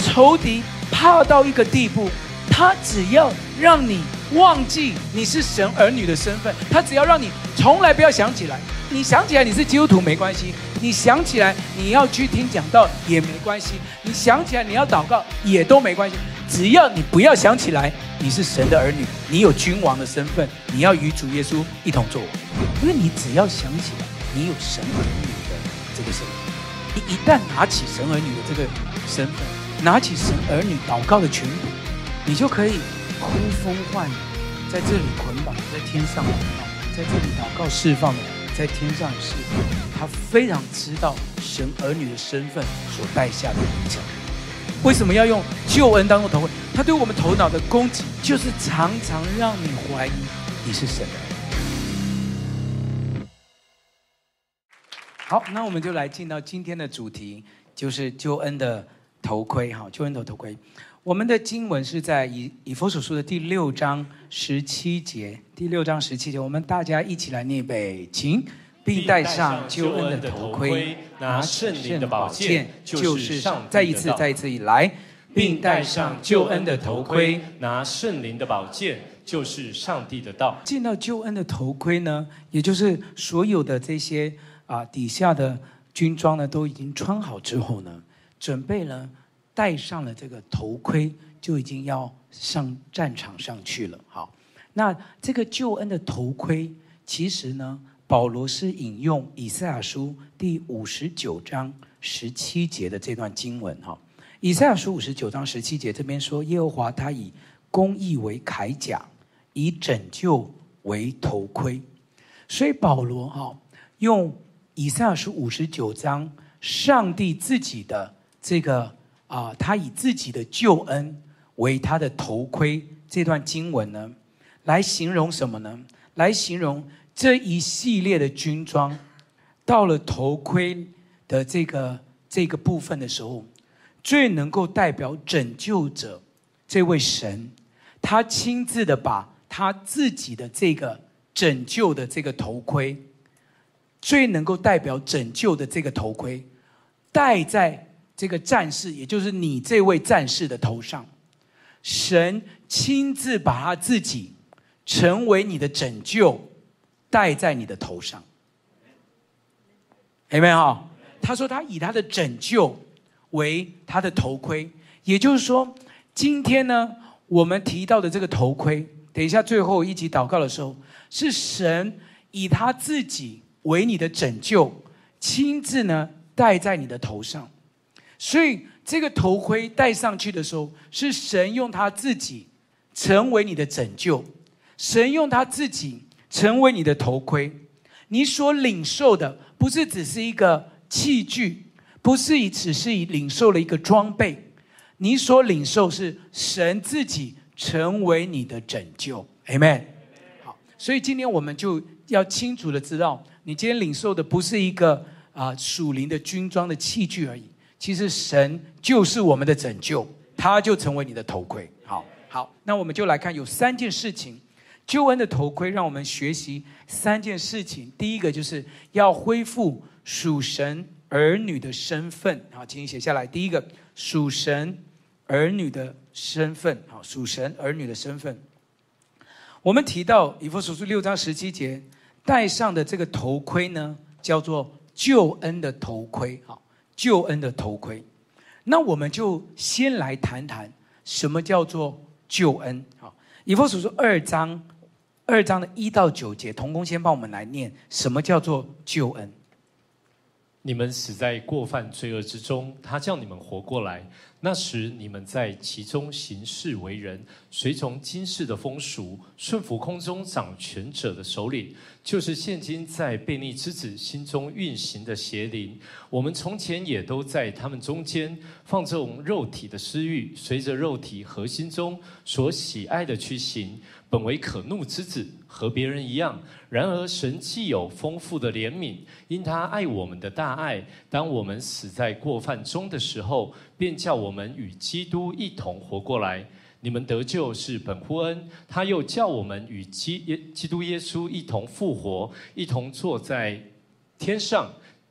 仇敌怕到一个地步，他只要让你忘记你是神儿女的身份，他只要让你从来不要想起来。你想起来你是基督徒没关系，你想起来你要去听讲道也没关系，你想起来你要祷告也都没关系，只要你不要想起来你是神的儿女，你有君王的身份，你要与主耶稣一同作王。因为你只要想起来你有神儿女的这个身份，你一旦拿起神儿女的这个身份，拿起神儿女祷告的权柄，你就可以呼风唤雨，在这里捆绑，在天上祷告，在这里祷告释放的，在天上释放。他非常知道神儿女的身份所带下的影响。为什么要用救恩当做头盔？他对我们头脑的攻击，就是常常让你怀疑你是神的。好，那我们就来进到今天的主题，就是救恩的头盔。好，救恩的头盔。我们的经文是在以弗所书的第6章17节。第6章17节，我们大家一起来念背，请。并戴上救恩的头盔， 拿圣灵的宝剑，就是上帝的道。 再一次以来， 并戴上救恩的头盔，拿圣灵的宝剑，就是上帝的道。 进到救恩的头盔呢，也就是所有的这些底下的军装呢，都已经穿好之后呢，准备了戴上了这个头盔，就已经要上战场上去了。好，那这个救恩的头盔，其实呢，保罗是引用以赛亚书第59章17节的这段经文。以赛亚书59章17节这边说，耶和华他以公义为铠甲，以拯救为头盔。所以保罗用以赛亚书59章上帝自己的这个他以自己的救恩为他的头盔，这段经文呢，来形容什么呢？来形容这一系列的军装，到了头盔的这个部分的时候，最能够代表拯救者这位神，他亲自的把他自己的这个拯救的这个头盔，最能够代表拯救的这个头盔，戴在这个战士，也就是你这位战士的头上。神亲自把他自己成为你的拯救，戴在你的头上。有没有？他说他以他的拯救为他的头盔，也就是说，今天呢，我们提到的这个头盔，等一下最后一集祷告的时候，是神以他自己为你的拯救，亲自呢戴在你的头上。所以这个头盔戴上去的时候，是神用他自己成为你的拯救，神用他自己成为你的头盔。你所领受的不是只是一个器具，不是只是领受了一个装备，你所领受是神自己成为你的拯救。 Amen。 好，所以今天我们就要清楚的知道，你今天领受的不是一个属灵的军装的器具而已，其实神就是我们的拯救，他就成为你的头盔。好，那我们就来看有3件事情，救恩的头盔让我们学习3件事情。第一个就是要恢复属神儿女的身份。好，请你写下来。第一个，属神儿女的身份。好，属神儿女的身份。我们提到以弗所书6章17节，戴上的这个头盔呢，叫做救恩的头盔。好，救恩的头盔。那我们就先来谈谈什么叫做救恩。好，以弗所书2章的1到9节，同工先帮我们来念什么叫做救恩。 你们死在过犯罪恶之中，他叫你们活过来。那时你们在其中行事为人，随从今世的风俗，顺服空中掌权者的首领，就是现今在悖逆之子心中运行的邪灵。我们从前也都在他们中间，放纵肉体的私欲，随着肉体和心中所喜爱的去行，本为可怒之子，和别人一样。然而神既有丰富的怜悯，因他爱我们的大爱，当我们死在过犯中的时候，便叫我们与基督一同活过来。你们得救是本乎恩，他又叫我们与基督耶稣一同复活，一同坐在天上，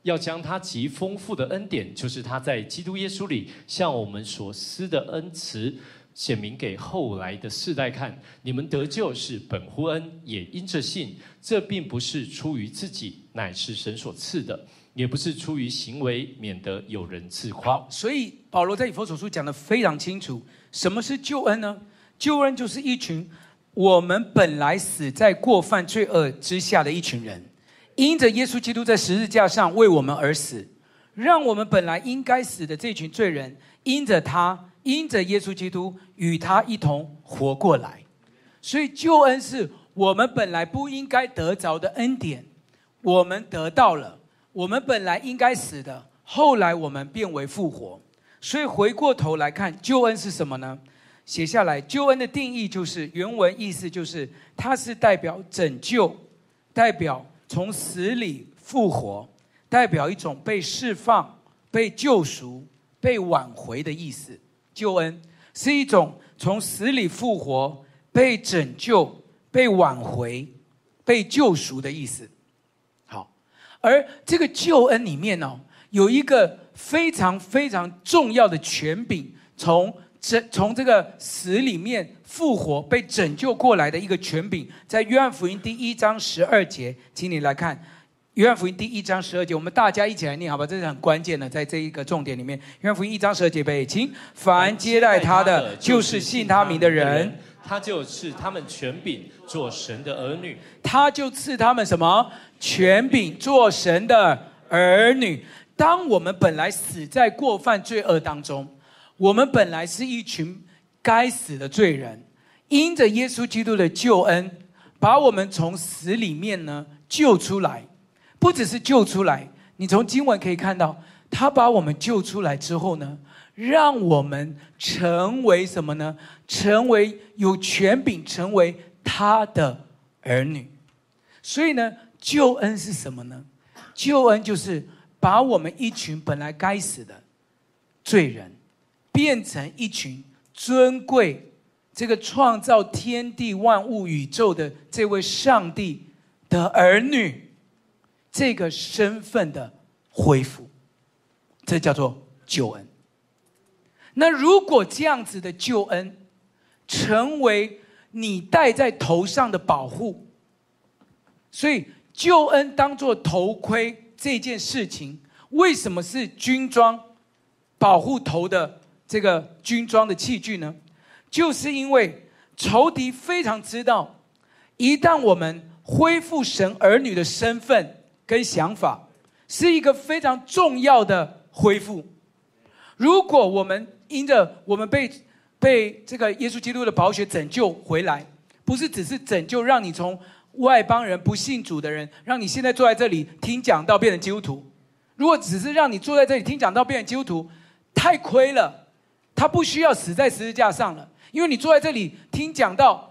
要将他极丰富的恩典，就是他在基督耶稣里向我们所施的恩慈，显明给后来的世代看。你们得救是本乎恩，也因着信。这并不是出于自己，乃是神所赐的，也不是出于行为，免得有人自夸。 所以保罗在以弗所书讲得非常清楚，什么是救恩呢？救恩就是一群我们本来死在过犯罪恶之下的一群人，因着耶稣基督在十字架上为我们而死，让我们本来应该死的这群罪人，因着他，因着耶稣基督与他一同活过来。所以救恩是我们本来不应该得着的恩典，我们得到了。我们本来应该死的，后来我们变为复活。所以回过头来看，救恩是什么呢？写下来，救恩的定义就是原文意思就是它是代表拯救，代表从死里复活，代表一种被释放、被救赎、被挽回的意思。救恩是一种从死里复活、被拯救、被挽回、被救赎的意思。好，而这个救恩里面呢，有一个非常非常重要的权柄，从这个死里面复活被拯救过来的一个权柄，在约翰福音第1章12节，请你来看约翰福音第1章12节，我们大家一起来念好吧，这是很关键的，在这一个重点里面。约翰福音1章12节背，请凡接待他的，就是信他名的人， 他就赐他们权柄做神的儿女。 他就赐他们什么？权柄做神的儿女。当我们本来死在过犯罪恶当中，我们本来是一群该死的罪人，因着耶稣基督的救恩，把我们从死里面呢救出来。不只是救出来，你从经文可以看到，他把我们救出来之后呢，让我们成为什么呢？成为有权柄，成为他的儿女。所以呢，救恩是什么呢？救恩就是把我们一群本来该死的罪人，变成一群尊贵这个创造天地万物宇宙的这位上帝的儿女，这个身份的恢复，这叫做救恩。那如果这样子的救恩成为你戴在头上的保护，所以救恩当作头盔这件事情，为什么是军装保护头的这个军装的器具呢？就是因为仇敌非常知道，一旦我们恢复神儿女的身份跟想法，是一个非常重要的恢复。如果我们因着我们被这个耶稣基督的宝血拯救回来，不是只是拯救让你从外邦人不信主的人，让你现在坐在这里听讲道变成基督徒。如果只是让你坐在这里听讲道变成基督徒，太亏了，他不需要死在十字架上了。因为你坐在这里听讲道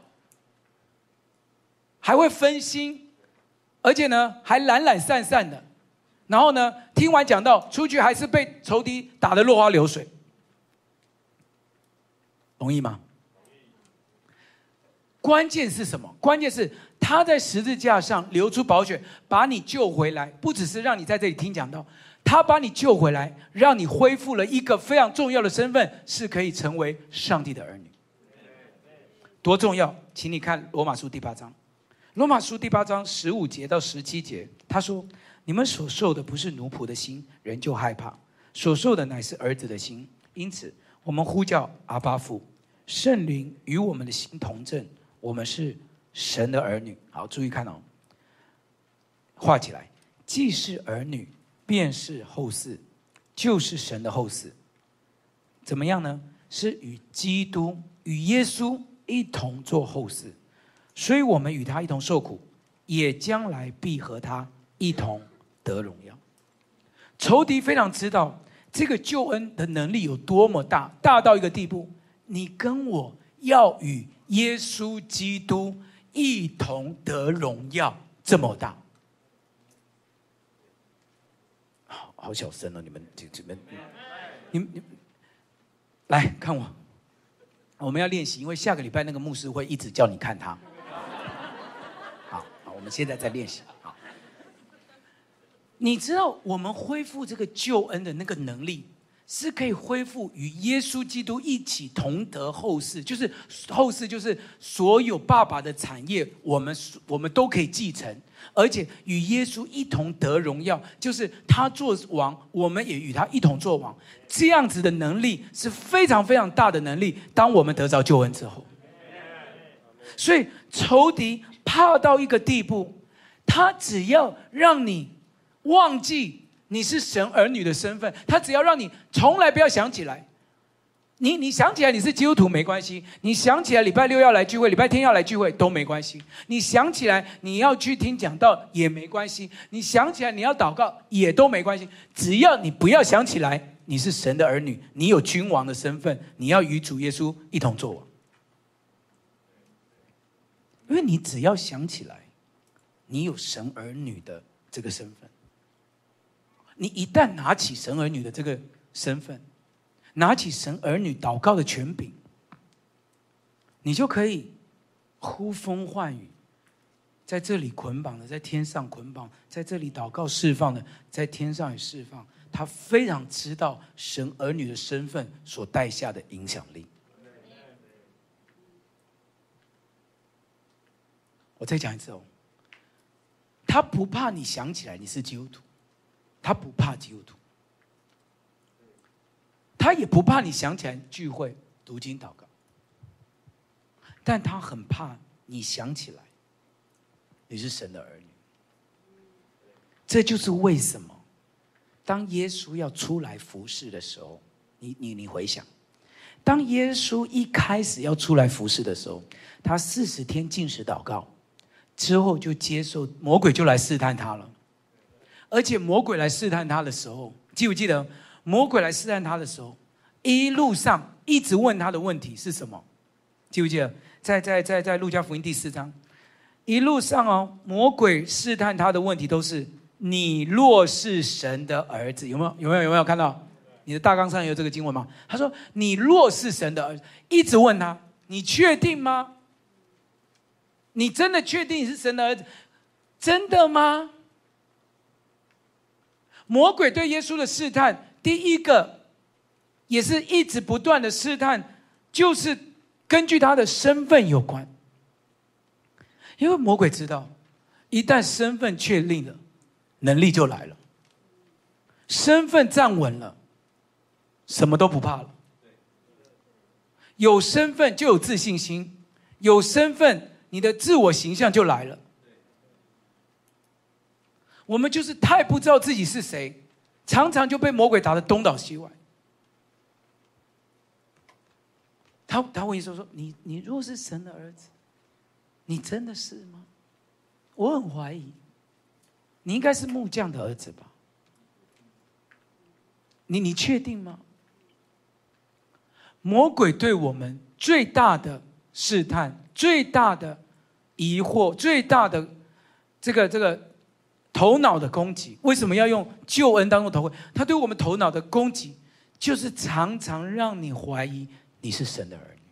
还会分心，而且呢还懒懒散散的，然后呢听完讲道出去还是被仇敌打得落花流水，容易吗？关键是什么？关键是他在十字架上流出宝血，把你救回来，不只是让你在这里听讲道，他把你救回来，让你恢复了一个非常重要的身份，是可以成为上帝的儿女。多重要？请你看罗马书第8章，罗马书第8章15节到17节，他说：你们所受的不是奴仆的心，人就害怕；所受的乃是儿子的心。因此，我们呼叫阿爸父，圣灵与我们的心同证，我们是神的儿女。好，注意看哦，画起来，既是儿女，便是后嗣，就是神的后嗣。怎么样呢？是与基督、与耶稣一同做后嗣，所以我们与他一同受苦，也将来必和他一同得荣耀。仇敌非常知道这个救恩的能力有多么大，大到一个地步，你跟我要与耶稣基督一同得荣耀，这么大。好小声哦，你们来看我。我们要练习，因为下个礼拜那个牧师会一直叫你看他。好，我们现在在练习。好， 你知道我们恢复这个救恩的那个能力，是可以恢复与耶稣基督一起同得后世，就是后世就是所有爸爸的产业，我们都可以继承，而且与耶稣一同得荣耀，就是他做王，我们也与他一同做王。这样子的能力是非常非常大的能力。当我们得着救恩之后，所以仇敌怕到一个地步，他只要让你忘记你是神儿女的身份，他只要让你从来不要想起来。你想起来你是基督徒没关系，你想起来礼拜六要来聚会，礼拜天要来聚会都没关系，你想起来你要去听讲道也没关系，你想起来你要祷告也都没关系，只要你不要想起来你是神的儿女，你有君王的身份，你要与主耶稣一同作王。因为你只要想起来你有神儿女的这个身份，你一旦拿起神儿女的这个身份，拿起神儿女祷告的权柄，你就可以呼风唤雨，在这里捆绑的在天上捆绑，在这里祷告释放的在天上也释放。他非常知道神儿女的身份所带下的影响力。我再讲一次哦，他不怕你想起来你是基督徒，他不怕基督徒，他也不怕你想起来聚会读经祷告，但他很怕你想起来你是神的儿女。这就是为什么当耶稣要出来服侍的时候，你回想，当耶稣一开始要出来服侍的时候，他40天禁食祷告之后，就接受魔鬼就来试探他了。而且魔鬼来试探他的时候，记不记得魔鬼来试探他的时候，一路上一直问他的问题是什么？记不记得在路加福音第4章，一路上哦，魔鬼试探他的问题都是你若是神的儿子，有没有看到？你的大纲上有这个经文吗？他说你若是神的儿子，一直问他，你确定吗？你真的确定你是神的儿子？真的吗？魔鬼对耶稣的试探，第一个也是一直不断的试探，就是根据他的身份有关。因为魔鬼知道，一旦身份确立了，能力就来了。身份站稳了，什么都不怕了。有身份就有自信心，有身份你的自我形象就来了。我们就是太不知道自己是谁，常常就被魔鬼打得东倒西歪。他问你说你若是神的儿子，你真的是吗？我很怀疑，你应该是木匠的儿子吧？你确定吗？魔鬼对我们最大的试探、最大的疑惑、最大的这个头脑的攻击，为什么要用救恩当作头盔？他对我们头脑的攻击，就是常常让你怀疑你是神的儿女。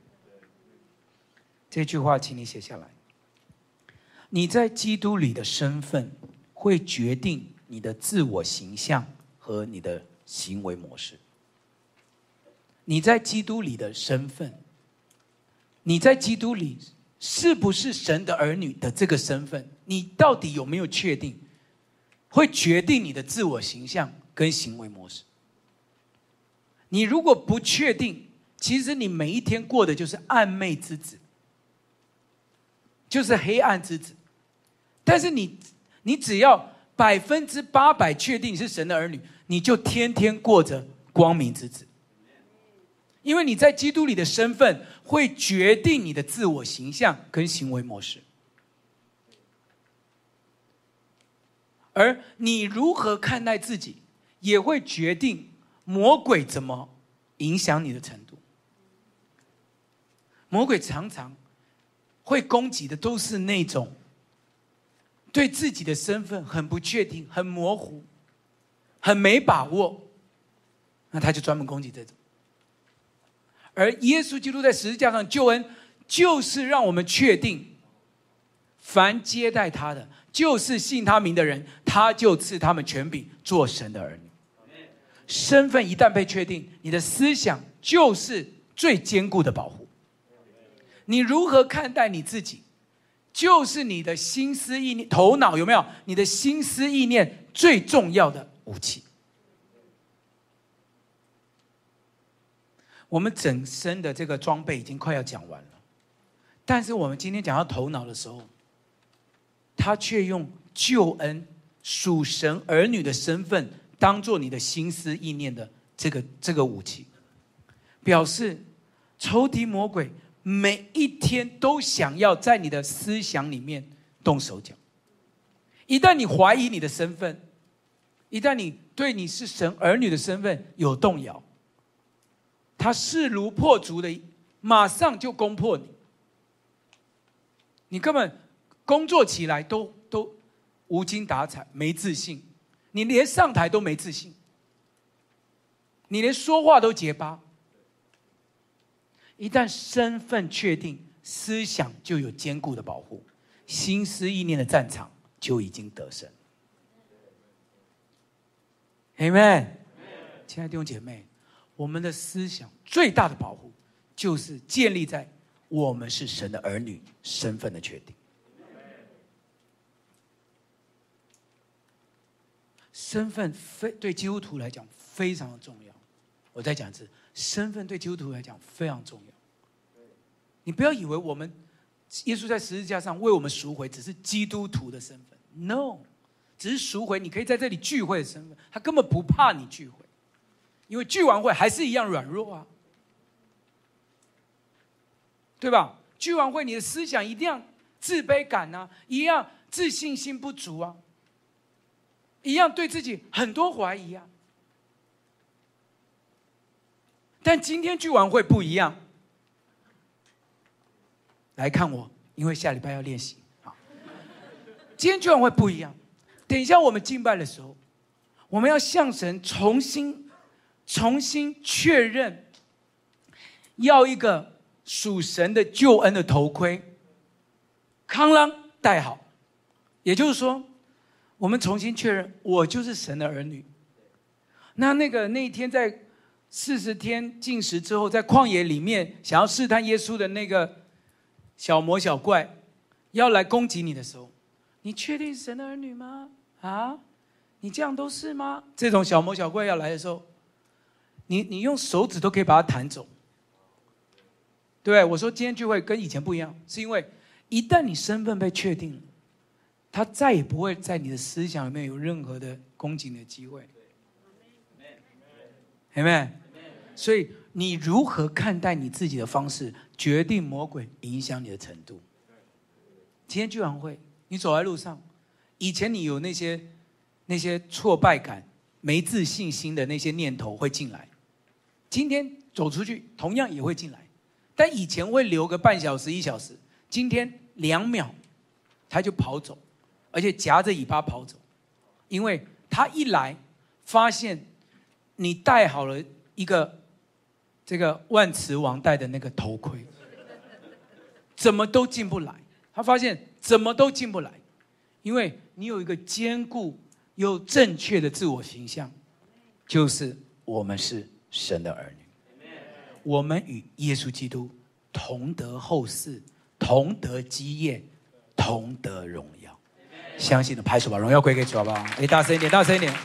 这句话请你写下来。你在基督里的身份会决定你的自我形象和你的行为模式。你在基督里的身份，你在基督里是不是神的儿女的这个身份，你到底有没有确定，会决定你的自我形象跟行为模式。你如果不确定，其实你每一天过的就是暗昧之子，就是黑暗之子。但是你只要800%确定你是神的儿女，你就天天过着光明之子。因为你在基督里的身份会决定你的自我形象跟行为模式，而你如何看待自己，也会决定魔鬼怎么影响你的程度。魔鬼常常会攻击的都是那种对自己的身份很不确定、很模糊、很没把握，那他就专门攻击这种。而耶稣基督在十字架上救恩，就是让我们确定凡接待他的，就是信他名的人，他就赐他们权柄，做神的儿女。身份一旦被确定，你的思想就是最坚固的保护。你如何看待你自己，就是你的心思意念、头脑有没有？你的心思意念最重要的武器。我们整身的这个装备已经快要讲完了，但是我们今天讲到头脑的时候，他却用救恩、属神儿女的身份当做你的心思意念的这个武器，表示仇敌魔鬼每一天都想要在你的思想里面动手脚。一旦你怀疑你的身份，一旦你对你是神儿女的身份有动摇，他势如破竹的马上就攻破你，你根本工作起来都无精打采，没自信，你连上台都没自信，你连说话都结巴。一旦身份确定，思想就有坚固的保护，心思意念的战场就已经得胜。 Amen。 亲爱的弟兄姐妹，我们的思想最大的保护就是建立在我们是神的儿女身份的确定。身份对基督徒来讲非常的重要。我再讲一次，身份对基督徒来讲非常重要。你不要以为我们耶稣在十字架上为我们赎回只是基督徒的身份 ，No， 只是赎回你可以在这里聚会的身份。他根本不怕你聚会，因为聚完会还是一样软弱啊，对吧？聚完会你的思想一定要自卑感啊，一样自信心不足啊，一样对自己很多怀疑啊。但今天聚完会不一样，来看我，因为下礼拜要练习。好，今天聚完会不一样。等一下我们敬拜的时候，我们要向神重新确认，要一个属神的救恩的头盔，康啷戴好。也就是说，我们重新确认，我就是神的儿女。那一天在40天禁食之后，在旷野里面想要试探耶稣的那个小魔小怪要来攻击你的时候，你确定神的儿女吗？啊，你这样都是吗？这种小魔小怪要来的时候，你用手指都可以把它弹走。对，我说今天聚会跟以前不一样，是因为一旦你身份被确定了，他再也不会在你的思想里面有任何的攻击的机会。Amen。 所以你如何看待你自己的方式，决定魔鬼影响你的程度。今天聚完会，你走在路上，以前你有那些挫败感、没自信心的那些念头会进来，今天走出去同样也会进来，但以前会留个半小时、1小时，今天2秒他就跑走，而且夹着尾巴跑走，因为他一来发现你戴好了一个这个万磁王戴的那个头盔，怎么都进不来。他发现怎么都进不来，因为你有一个坚固又正确的自我形象，就是我们是神的儿女，我们与耶稣基督同得后世，同得基业，同得荣耀。相信的拍手，把荣耀归给主，好不好？大声一点，大声一点。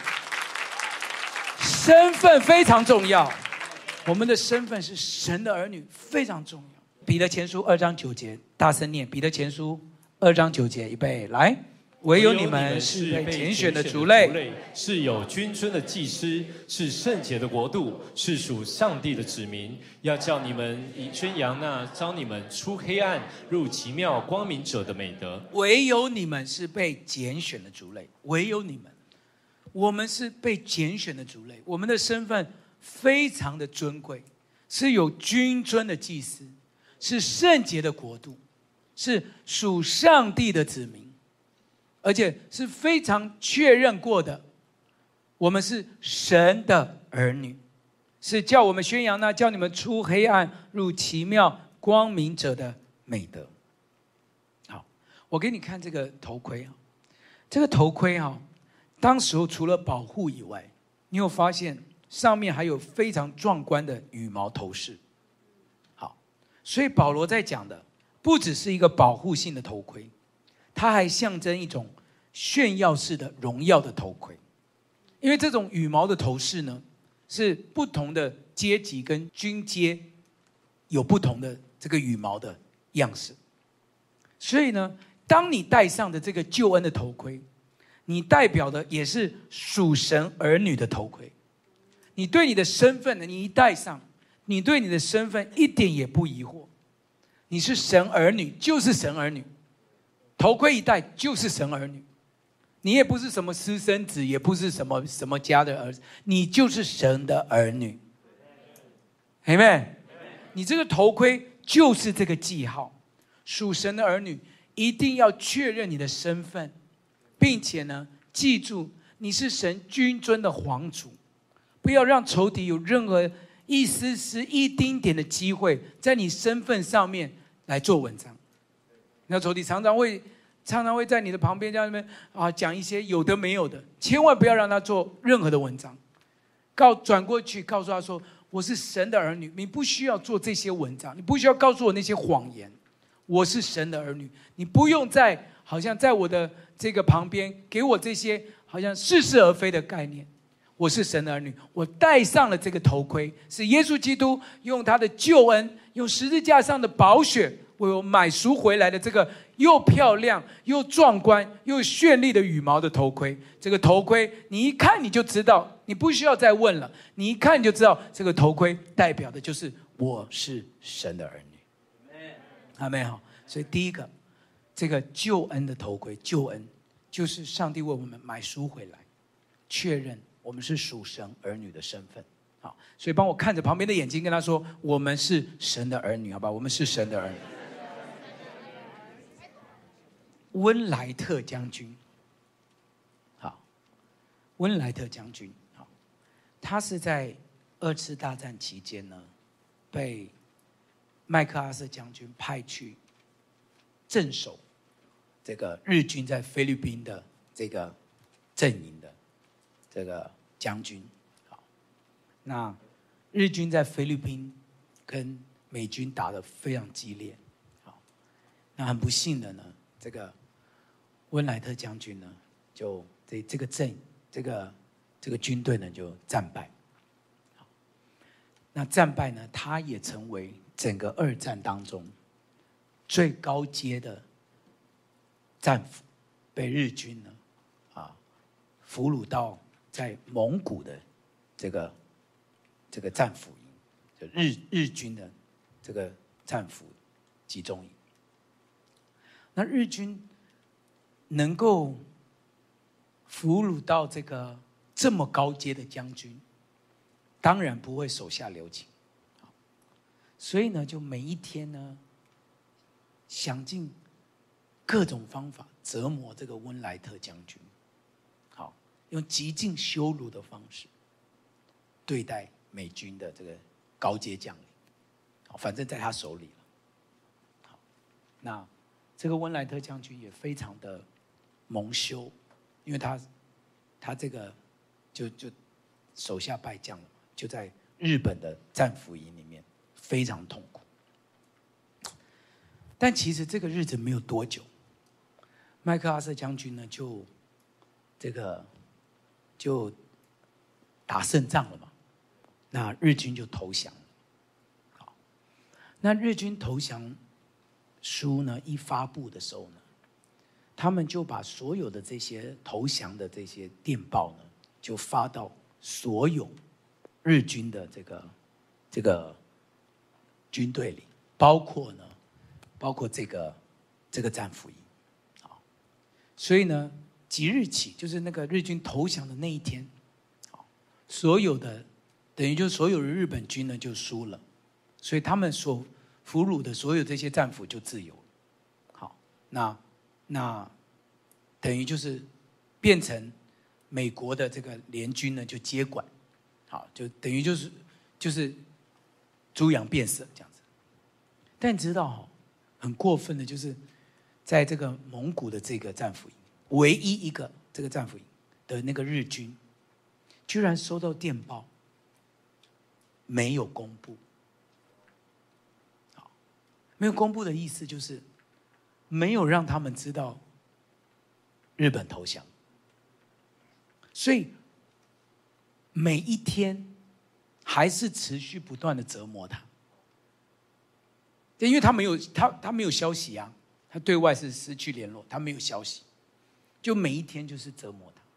身份非常重要，我们的身份是神的儿女，非常重要。彼得前书2章9节，大声念。彼得前书2章9节，预备来。唯有你们是被拣选的族类， 是有君尊的祭司，是圣洁的国度，是属上帝的子民。要叫你们宣扬那招你们出黑暗入奇妙光明者的美德。 唯有你们是被拣选的族类，唯有你们，我们是被拣选的族类，我们的身份非常的尊贵，是有君尊的祭司，是圣洁的国度，是属上帝的子民，而且是非常确认过的，我们是神的儿女，是叫我们宣扬那叫你们出黑暗入奇妙光明者的美德。好， 我给你看这个头盔啊，这个头盔啊，当时候除了保护以外，你有发现上面还有非常壮观的羽毛头饰。好，所以保罗在讲的不只是一个保护性的头盔，它还象征一种炫耀式的荣耀的头盔。因为这种羽毛的头饰呢，是不同的阶级跟军阶有不同的这个羽毛的样式。所以呢，当你戴上的这个救恩的头盔，你代表的也是属神儿女的头盔。你对你的身份呢，你一戴上，你对你的身份一点也不疑惑。你是神儿女，就是神儿女。头盔一戴就是神儿女。你也不是什么私生子，也不是什么家的儿子，你就是神的儿女。Amen。你这个头盔就是这个记号。属神的儿女一定要确认你的身份，并且呢，记住你是神君尊的皇族，不要让仇敌有任何一丝丝一丁点的机会在你身份上面来做文章。那仇敌常常会在你的旁边在那边讲一些有的没有的，千万不要让他做任何的文章。转过去告诉他说，我是神的儿女，你不需要做这些文章，你不需要告诉我那些谎言。我是神的儿女，你不用好像在我的这个旁边给我这些好像似是而非的概念。我是神的儿女，我戴上了这个头盔，是耶稣基督用他的救恩，用十字架上的宝血为我买赎回来的这个又漂亮又壮观又绚丽的羽毛的头盔。这个头盔你一看你就知道，你不需要再问了，你一看你就知道这个头盔代表的就是我是神的儿女。阿们好。所以第一个，这个救恩的头盔，救恩就是上帝为我们买赎回来，确认我们是属神儿女的身份。好，所以帮我看着旁边的眼睛，跟他说，我们是神的儿女，好吧？我们是神的儿女。温莱特将军，好，温莱特将军，好，他是在2次大战期间呢，被麦克阿瑟将军派去镇守这个日军在菲律宾的这个阵营的这个将军。好，那日军在菲律宾跟美军打得非常激烈。好，那很不幸的呢，这个温莱特将军呢，就这个军队呢就战败。好，那战败呢，他也成为整个2战当中最高阶的战俘，被日军呢俘虏到在蒙古的这个战俘营，就日军的这个战俘集中营。那日军能够俘虏到这么高阶的将军，当然不会手下留情，所以呢，就每一天呢，想尽各种方法折磨这个温莱特将军。好，用极尽羞辱的方式对待美军的这个高阶将领。好，反正在他手里了。好，那这个温莱特将军也非常的蒙羞，因为他这个就手下败将了嘛，就在日本的战俘营里面非常痛苦。但其实这个日子没有多久，麦克阿瑟将军呢就打胜仗了嘛，那日军就投降了。好，那日军投降书呢一发布的时候呢，他们就把所有的这些投降的这些电报呢，就发到所有日军的这个军队里，包括这个战俘营。好，所以呢，即日起，就是那个日军投降的那一天，好，所有的等于就是所有的日本军呢就输了，所以他们所俘虏的所有这些战俘就自由了。好，那等于就是变成美国的这个联军呢就接管。好，就等于就是猪羊变色这样子。但你知道很过分的就是在这个蒙古的这个战俘营，唯一一个这个战俘营的那个日军，居然收到电报，没有公布。没有公布的意思就是没有让他们知道日本投降，所以每一天还是持续不断的折磨他，因为他没有消息啊，他对外是失去联络，他没有消息，就每一天就是折磨他。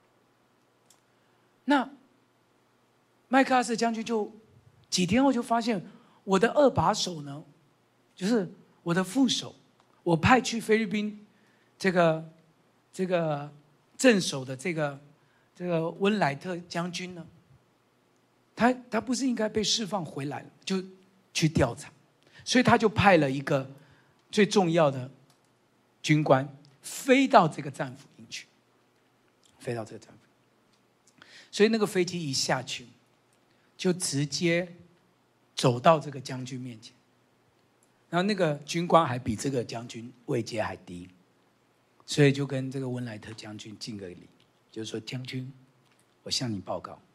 那麦克阿瑟将军就几天后就发现，我的二把手呢，就是我的副手，我派去菲律宾这个镇守的这个温莱特将军呢，他不是应该被释放回来了，就去调查，所以他就派了一个最重要的军官飞到这个战俘营去，飞到这个战俘营，所以那个飞机一下去，就直接走到这个将军面前。然后那个军官还比这个将军位阶还低，所以就跟这个温莱特将军敬个礼，就是说将军，我向你报告，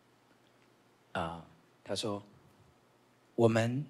他说我们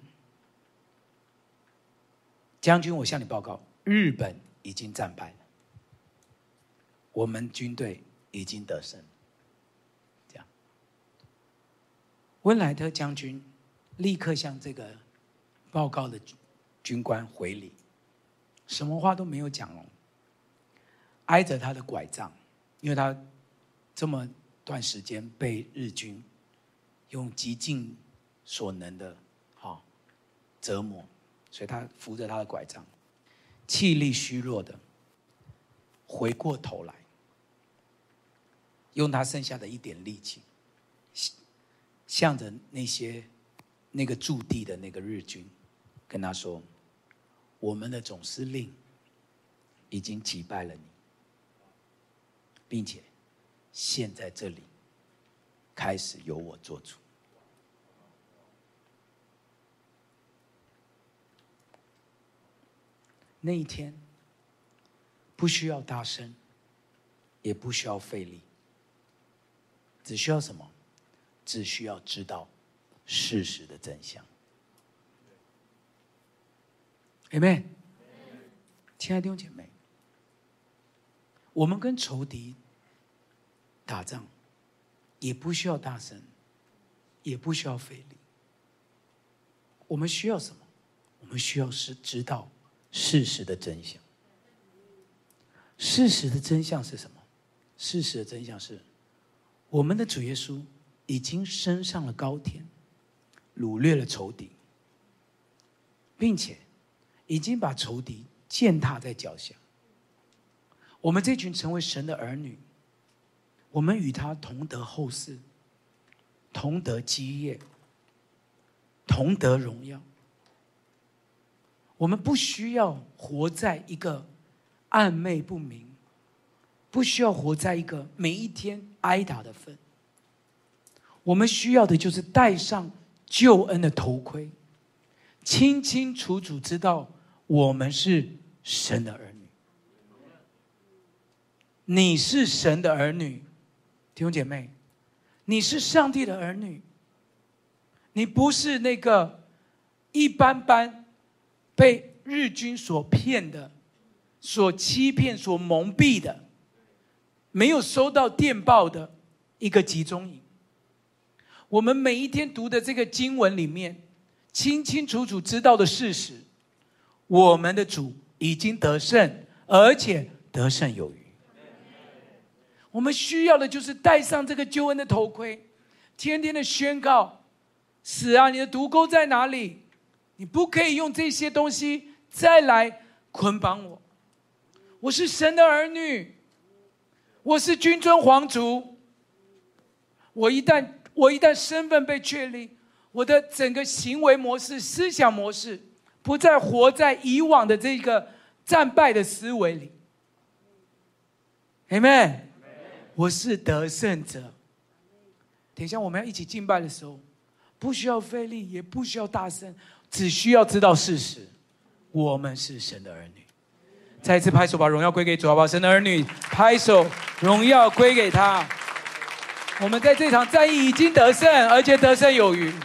将军，我向你报告，日本已经战败了，我们军队已经得胜了。这样，温莱特将军立刻向这个报告的军官回礼，什么话都没有讲哦，挨着他的拐杖，因为他这么段时间被日军用极尽所能的折磨，所以他扶着他的拐杖，气力虚弱的回过头来，用他剩下的一点力气，向着那个驻地的那个日军跟他说，我们的总司令已经击败了你，并且现在这里开始由我做主。那一天不需要大声，也不需要费力，只需要什么？只需要知道事实的真相。Amen。亲爱的弟兄姐妹，我们跟仇敌打仗，也不需要大声，也不需要费力。我们需要什么？我们需要是知道事实的真相。事实的真相是什么？事实的真相是，我们的主耶稣已经升上了高天，掳掠了仇敌，并且已经把仇敌践踏在脚下。我们这群成为神的儿女，我们与他同得后世，同得基业，同得荣耀。我们不需要活在一个暧昧不明，不需要活在一个每一天挨打的份。我们需要的就是戴上救恩的头盔，清清楚楚知道我们是神的儿女。你是神的儿女，弟兄姐妹，你是上帝的儿女，你不是那个一般般被日军所骗的、所欺骗、所蒙蔽的，没有收到电报的一个集中营。我们每一天读的这个经文里面，清清楚楚知道的事实，我们的主已经得胜，而且得胜有余。我们需要的就是戴上这个救恩的头盔，天天的宣告：死啊，你的毒钩在哪里？你不可以用这些东西再来捆绑我。我是神的儿女，我是君尊皇族。我一旦身份被确立，我的整个行为模式、思想模式，不再活在以往的这个战败的思维里。Amen。我是得胜者。等一下我们要一起敬拜的时候，不需要费力，也不需要大声，只需要知道事实：我们是神的儿女。 再一次拍手，把荣耀归给主，好不好？神的儿女拍手，荣耀归给他。我们在这场战役已经得胜，而且得胜有余。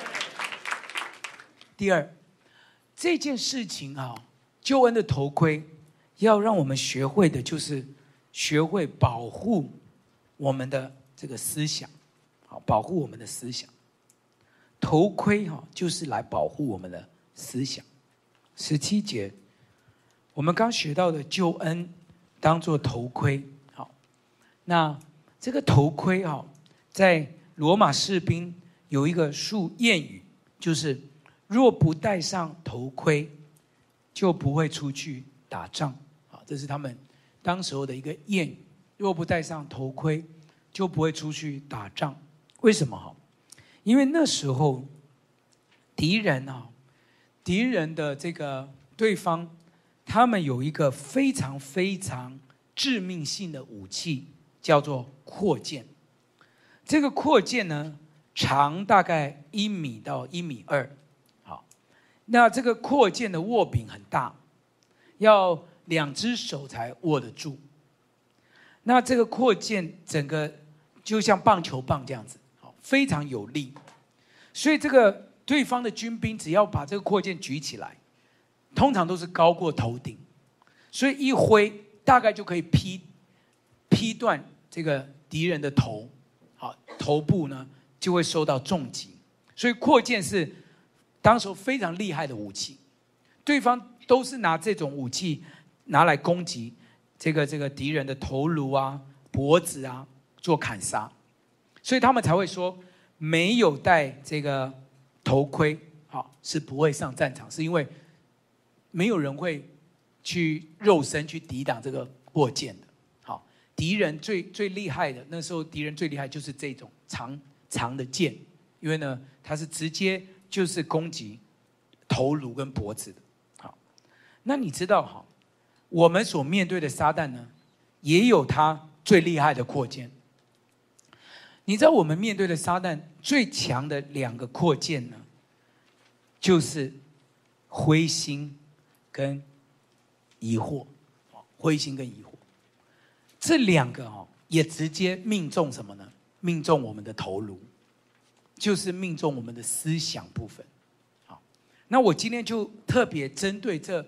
第二，这件事情啊，救恩的头盔要让我们学会的就是学会保护我们的这个思想，好，保护我们的思想。头盔哈，就是来保护我们的思想。17节，我们刚学到的救恩当作头盔，好，那这个头盔哈，在罗马士兵有一个谚语，就是若不戴上头盔，就不会出去打仗。好，这是他们当时候的一个谚语。若不戴上头盔，就不会出去打仗。为什么哈？因为那时候敌人的这个对方，他们有一个非常非常致命性的武器，叫做扩剑。这个扩剑呢，长大概1米到1.2米。好，那这个扩剑的握柄很大，要2只手才握得住。那这个扩剑整个就像棒球棒这样子，非常有力。所以这个对方的军兵只要把这个扩剑举起来，通常都是高过头顶，所以一挥大概就可以劈断这个敌人的头，好，头部呢就会受到重击。所以扩剑是当时非常厉害的武器，对方都是拿这种武器拿来攻击这个敌人的头颅啊、脖子啊，做砍杀，所以他们才会说。没有戴这个头盔，好，是不会上战场，是因为没有人会去肉身去抵挡这个扩剑的。好，敌人最厉害的，那时候敌人最厉害就是这种长的剑，因为呢，它是直接就是攻击头颅跟脖子的。好，那你知道哈，我们所面对的撒旦呢，也有他最厉害的扩剑。你知道我们面对的撒旦最强的2个扩剑呢，就是灰心跟疑惑，灰心跟疑惑，这2个也直接命中什么呢？命中我们的头颅，就是命中我们的思想部分。好，那我今天就特别针对这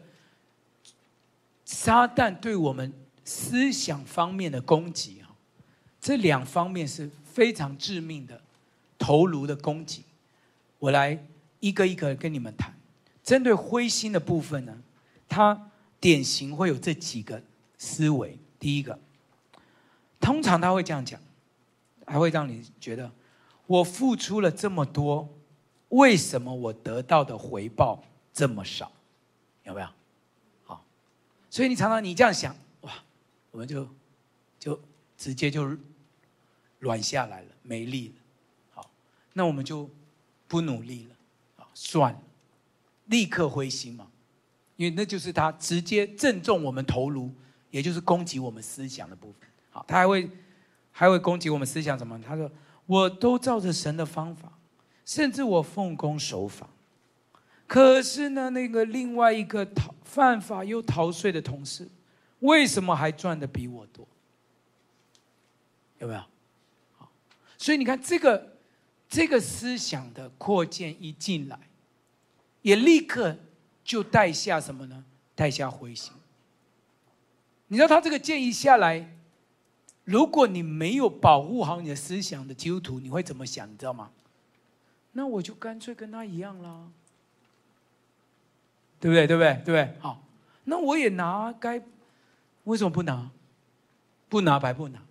撒旦对我们思想方面的攻击这2方面是非常致命的头颅的攻击，我来一个一个跟你们谈。针对灰心的部分呢，它典型会有这几个思维。第一个，通常他会这样讲，还会让你觉得我付出了这么多，为什么我得到的回报这么少？有没有？好，所以你常常你这样想，哇，我们就直接就软下来了，没力了。好，那我们就不努力了，好，算了，立刻灰心嘛，因为那就是他直接正中我们头颅，也就是攻击我们思想的部分。好，他还会攻击我们思想什么？他说：“我都照着神的方法，甚至我奉公守法，可是呢，那个另外一个犯法又逃税的同事，为什么还赚得比我多？”有没有？好，所以你看这个思想的扩建一进来，也立刻就带下什么呢？带下灰心。你知道他这个建议下来，如果你没有保护好你的思想的基督徒，你会怎么想？你知道吗？那我就干脆跟他一样啦，对不对？对不对？对不对？好，那我也拿，为什么不拿？不拿白不拿。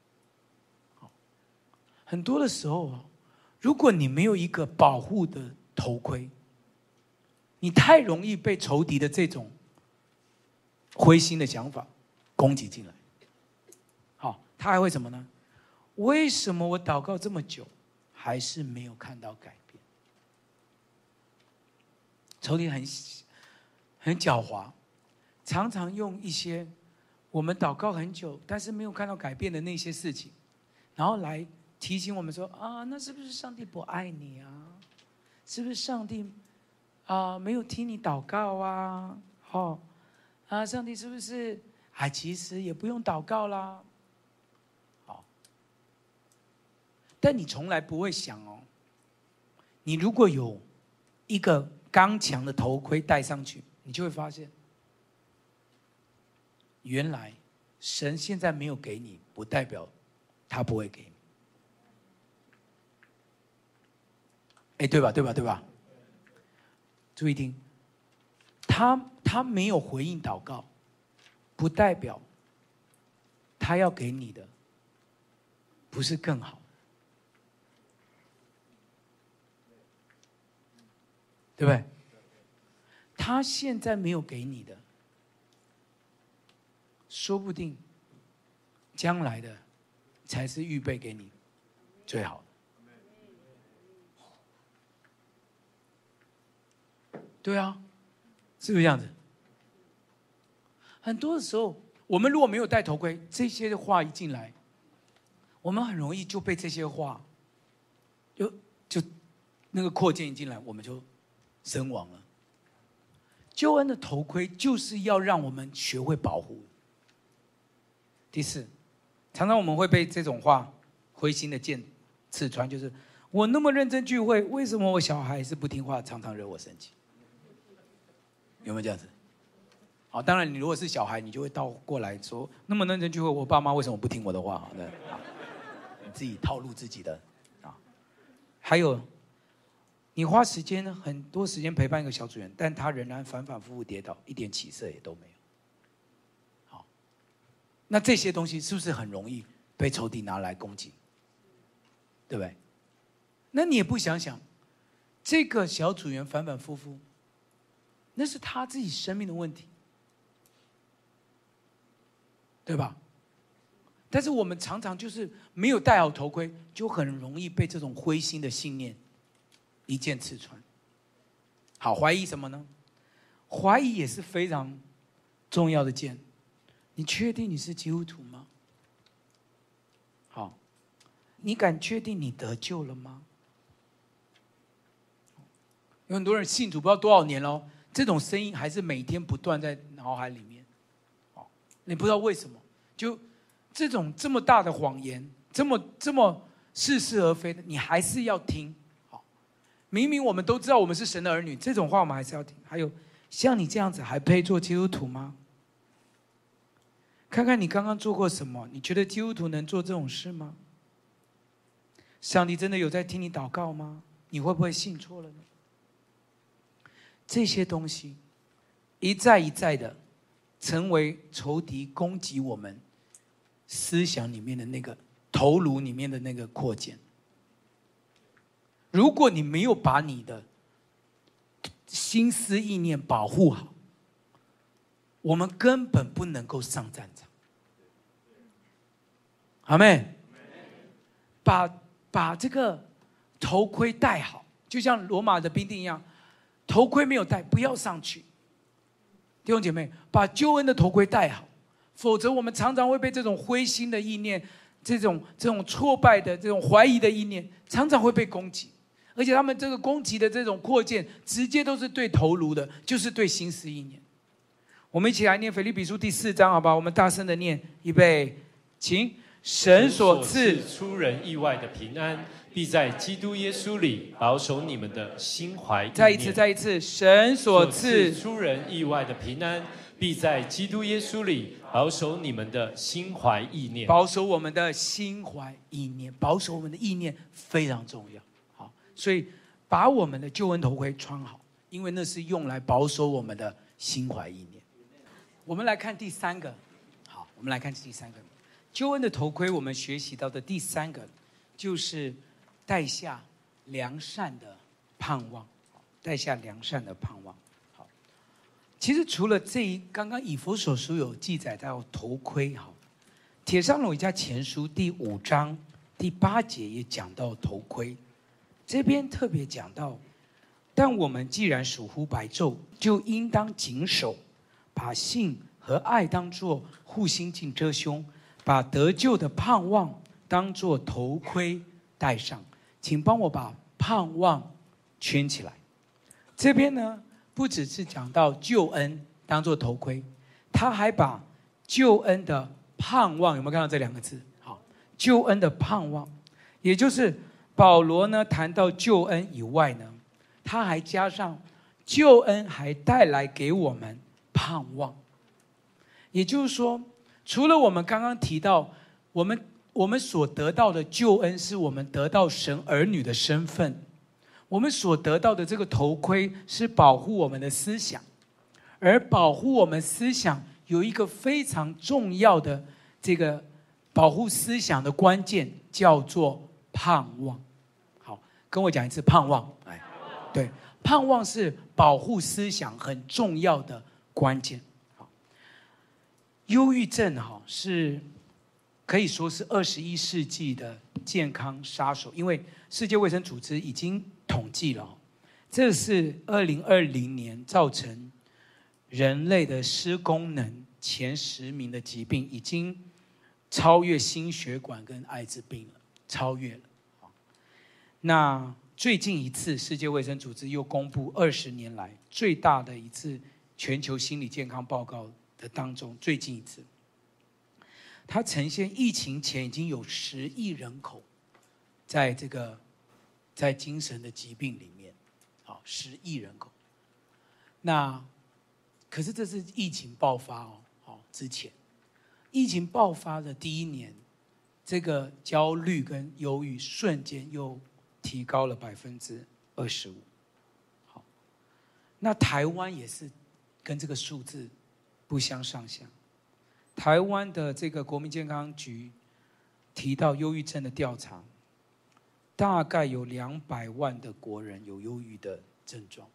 很多的时候如果你没有一个保护的头盔，你太容易被仇敌的这种灰心的想法攻击进来。好，他还会什么呢？为什么我祷告这么久，还是没有看到改变？仇敌很狡猾，常常用一些我们祷告很久，但是没有看到改变的那些事情，然后来提醒我们说啊，那是不是上帝不爱你啊？是不是上帝没有听你祷告啊？ 啊，上帝是不是啊？其实也不用祷告啦。好，但你从来不会想哦，你如果有一个刚强的头盔戴上去，你就会发现，原来神现在没有给你，不代表他不会给你。哎，对吧？对吧？对吧？注意听，他没有回应祷告，不代表他要给你的不是更好，对不对？他现在没有给你的，说不定将来的才是预备给你最好的。对啊，是不是这样子？很多的时候，我们如果没有戴头盔，这些话一进来，我们很容易就被这些话，就那个扩建一进来，我们就身亡了。救恩的头盔就是要让我们学会保护。第四，常常我们会被这种话灰心的剑刺穿，就是我那么认真聚会，为什么我小孩是不听话，常常惹我生气？有没有这样子？好，当然你如果是小孩，你就会倒过来说，那么认真聚会，我爸妈为什么不听我的话？你自己套路自己的啊。还有，你花很多时间陪伴一个小组员，但他仍然反反复复跌倒，一点起色也都没有。好，那这些东西是不是很容易被仇敌拿来攻击？对不对？那你也不想想，这个小组员反反复复，那是他自己生命的问题，对吧？但是我们常常就是没有戴好头盔，就很容易被这种灰心的信念一剑刺穿。好，怀疑什么呢？怀疑也是非常重要的剑。你确定你是基督徒吗？好，你敢确定你得救了吗？有很多人信主不知道多少年了，这种声音还是每天不断在脑海里面。你不知道为什么，就这么大的谎言，这么似是而非的，你还是要听。好，明明我们都知道我们是神的儿女，这种话我们还是要听。还有，像你这样子还配做基督徒吗？看看你刚刚做过什么，你觉得基督徒能做这种事吗？上帝真的有在听你祷告吗？你会不会信错了呢？这些东西一再一再的成为仇敌攻击我们思想里面的那个头颅里面的那个扩建。如果你没有把你的心思意念保护好，我们根本不能够上战场。阿们。把这个头盔戴好，就像罗马的兵丁一样，头盔没有戴，不要上去。弟兄姐妹，把救恩的头盔戴好，否则我们常常会被这种灰心的意念、这种挫败的、这种怀疑的意念，常常会被攻击。而且他们这个攻击的这种扩建，直接都是对头颅的，就是对心思意念。我们一起来念腓立比书第4章，好吧？我们大声的念，预备，请。神所赐出人意外的平安，必在基督耶稣里保守你们的心怀意念。 再一次，神所赐出人意外的平安，必在基督耶稣里保守你们的心怀意念。 保守我们的心怀意念，保守我们的意念非常重要。好，所以把我们的救恩头盔穿好，因为那是用来保守我们的心怀意念。我们来看第3个。好，我们来看第3个。救恩的头盔，我们学习到的第3个，就是带下良善的盼望。带下良善的盼望。好，其实除了刚刚以弗所书有记载到头盔，好，帖撒罗尼迦前书第5章第8节也讲到头盔。这边特别讲到，但我们既然属乎白昼，就应当谨守，把信和爱当作护心镜遮胸，把得救的盼望当作头盔戴上。请帮我把盼望圈起来。这边呢，不只是讲到救恩当作头盔， 他还把救恩的盼望，有没有看到这两个字？好，救恩的盼望，也就是保罗呢谈到救恩以外呢，他还加上救恩还带来给我们盼望。也就是说，除了我们刚刚提到我们所得到的救恩是我们得到神儿女的身份，我们所得到的这个头盔是保护我们的思想，而保护我们思想有一个非常重要的这个保护思想的关键，叫做盼望。好，跟我讲一次盼望。哎，对，盼望是保护思想很重要的关键。好，忧郁症是可以说是21世纪的健康杀手，因为世界卫生组织已经统计了，这是2020年造成人类的失功能前10名的疾病，已经超越心血管跟艾滋病了，超越了。那最近一次世界卫生组织又公布20年来最大的一次全球心理健康报告的当中，最近一次它呈现疫情前已经有10亿人口在精神的疾病里面，10亿人口。那可是这是疫情爆发之前，疫情爆发的第1年，这个焦虑跟忧郁瞬间又提高了25%。好，那台湾也是跟这个数字不相上下。台湾的这个国民健康局提到忧郁症的调查，大概有200万的国人有忧郁的症状。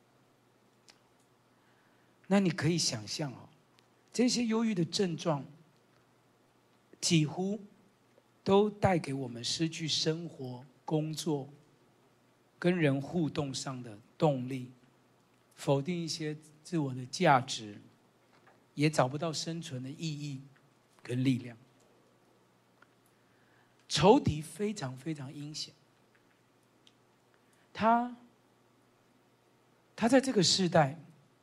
那你可以想象这些忧郁的症状几乎都带给我们失去生活、工作、跟人互动上的动力，否定一些自我的价值，也找不到生存的意义跟力量。仇敌非常非常阴险，他在这个世代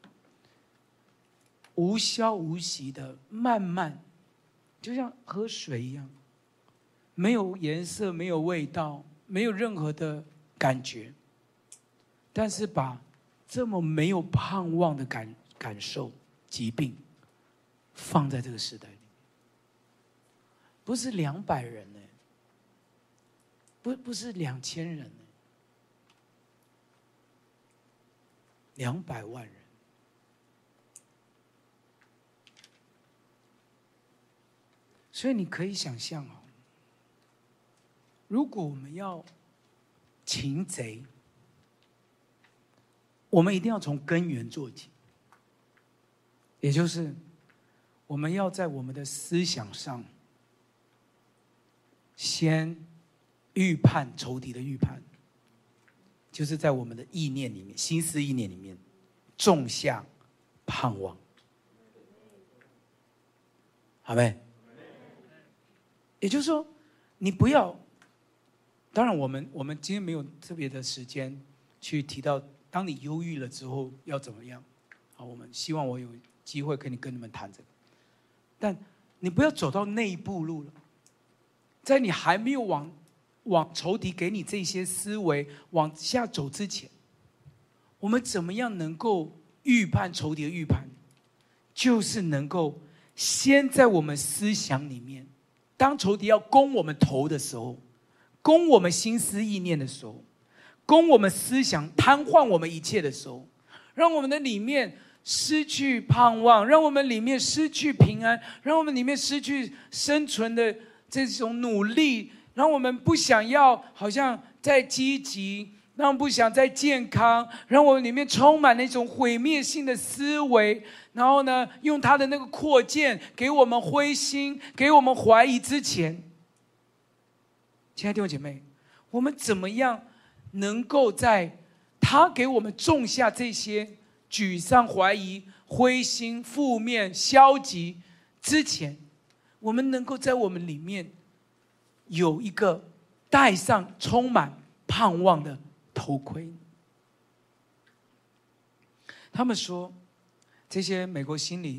无消无息的慢慢，就像喝水一样，没有颜色，没有味道，没有任何的感觉，但是把这么没有盼望的感受、疾病放在这个时代里，不是200人呢，不是2000人呢，200万人。所以你可以想象如果我们要擒贼，我们一定要从根源做起，也就是我们要在我们的思想上先预判仇敌的预判，就是在我们的意念里面、心思意念里面种下盼望。好没？也就是说，你不要，当然我们今天没有特别的时间去提到，当你忧郁了之后要怎么样。好，我们希望我有机会跟你们谈这个，但你不要走到那一步路了，在你还没有往仇敌给你这些思维往下走之前，我们怎么样能够预判仇敌的预判，就是能够先在我们思想里面，当仇敌要攻我们头的时候，攻我们心思意念的时候，攻我们思想，瘫痪我们一切的时候，让我们的里面失去盼望，让我们里面失去平安，让我们里面失去生存的这种努力，让我们不想要好像再积极，让我们不想再健康，让我们里面充满那种毁灭性的思维，然后呢，用他的那个扩建给我们灰心，给我们怀疑之前，亲爱的弟兄姐妹，我们怎么样能够在他给我们种下这些沮丧、怀疑、灰心、负面、消极之前，我们能够在我们里面有一个戴上充满盼望的头盔。他们说，这些美国心理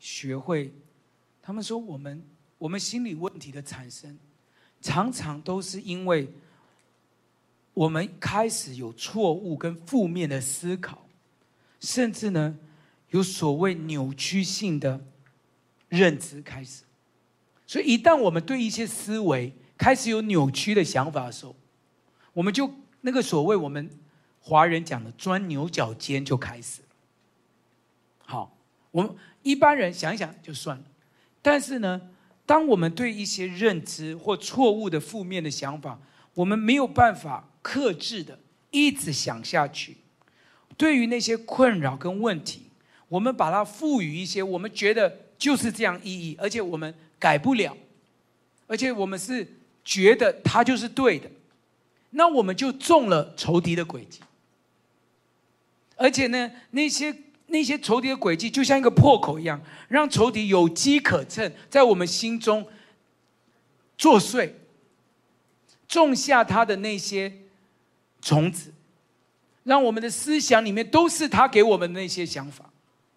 学会，他们说我们心理问题的产生，常常都是因为我们开始有错误跟负面的思考，甚至呢有所谓扭曲性的认知开始。所以一旦我们对一些思维开始有扭曲的想法的时候，我们就那个所谓我们华人讲的钻牛角尖就开始了。好，我们一般人想一想就算了，但是呢，当我们对一些认知或错误的负面的想法，我们没有办法克制的一直想下去，对于那些困扰跟问题，我们把它赋予一些我们觉得就是这样意义，而且我们改不了，而且我们是觉得它就是对的，那我们就中了仇敌的诡计。而且呢，那些仇敌的诡计就像一个破口一样，让仇敌有机可乘，在我们心中作祟，种下他的那些种子，让我们的思想里面都是他给我们的那些想法。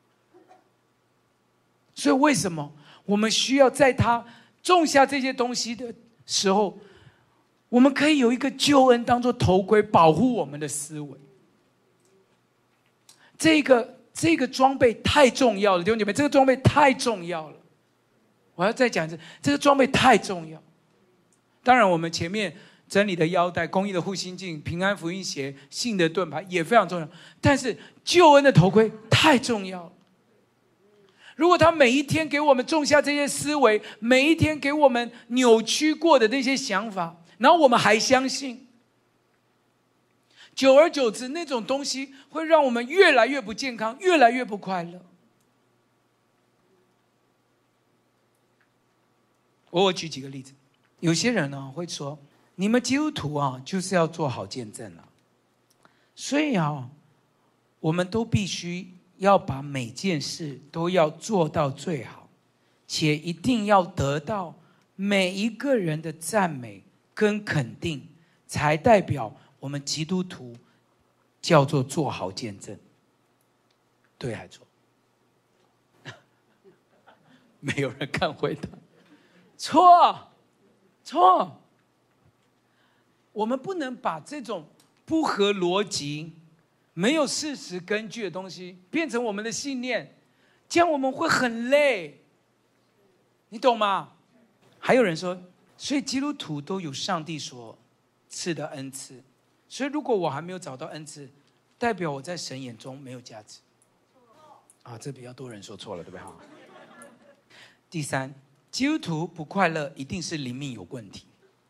所以为什么我们需要在他种下这些东西的时候，我们可以有一个救恩当作头盔，保护我们的思维。这个装备太重要了，弟兄姐妹，这个装备太重要了。我要再讲一次，这个装备太重要。当然，我们前面真理的腰带、公义的护心镜、平安福音鞋、信的盾牌也非常重要，但是救恩的头盔太重要了。如果他每一天给我们种下这些思维，每一天给我们扭曲过的那些想法，然后我们还相信，久而久之，那种东西会让我们越来越不健康，越来越不快乐。我举几个例子，有些人呢会说，你们基督徒啊，就是要做好见证了，所以啊，我们都必须要把每件事都要做到最好，且一定要得到每一个人的赞美跟肯定，才代表我们基督徒叫做做好见证。对还错？没有人敢回答。错，错。我们不能把这种不合逻辑、没有事实根据的东西变成我们的信念，这样我们会很累。你懂吗？还有人说，所以基督徒都有上帝所赐的恩赐，所以如果我还没有找到恩赐，代表我在神眼中没有价值。啊，这比较多人说错了，对不对？第三，基督徒不快乐一定是灵命有问题。